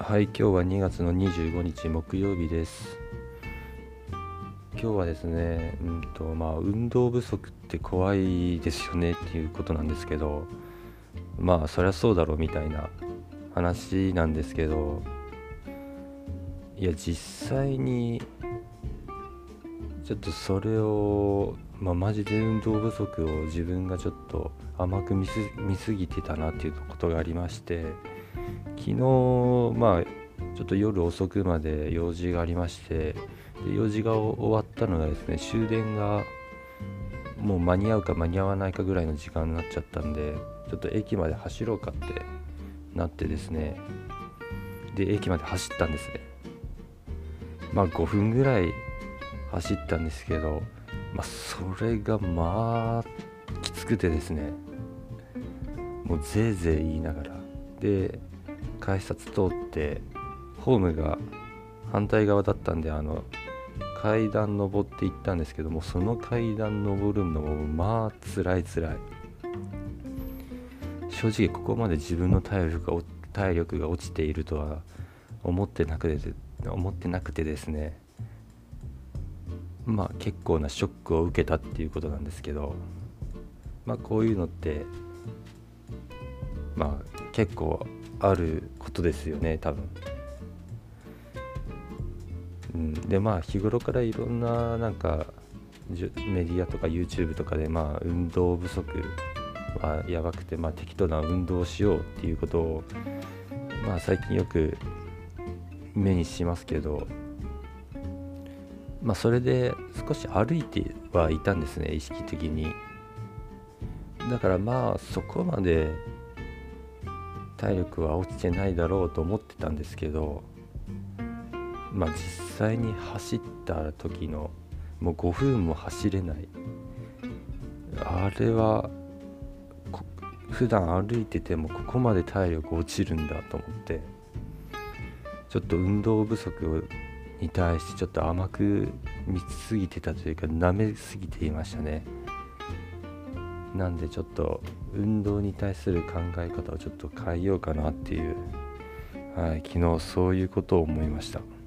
はい、今日は2月の25日木曜日です。今日はですね、運動不足って怖いですよねっていうことなんですけど、そりゃそうだろうみたいな話なんですけど、いや実際にちょっとそれをマジで運動不足を自分がちょっと甘く見すぎてたなっていうことがありまして、昨日ちょっと夜遅くまで用事がありまして、で用事が終わったのがですね、終電がもう間に合うか間に合わないかぐらいの時間になっちゃったんで、ちょっと駅まで走ろうかってなってですね、で駅まで走ったんですね。5分ぐらい走ったんですけど、それがきつくてですね、もうぜいぜい言いながら、で改札通ってホームが反対側だったんで、階段登って行ったんですけども、その階段登るのも辛い。正直ここまで自分の体力が落ちているとは思ってなくてですね、結構なショックを受けたっていうことなんですけど、こういうのって結構あることですよね、多分。で日頃からいろんなメディアとか YouTube とかで運動不足はやばくて、適度な運動をしようっていうことを最近よく目にしますけど、それで少し歩いてはいたんですね、意識的に。だからそこまで体力は落ちてないだろうと思ってたんですけど、実際に走った時のもう5分も走れない、あれは普段歩いててもここまで体力落ちるんだと思って、ちょっと運動不足に対してちょっと甘く見すぎてたというか、舐めすぎていましたね。なんでちょっと運動に対する考え方をちょっと変えようかなっていう、昨日そういうことを思いました。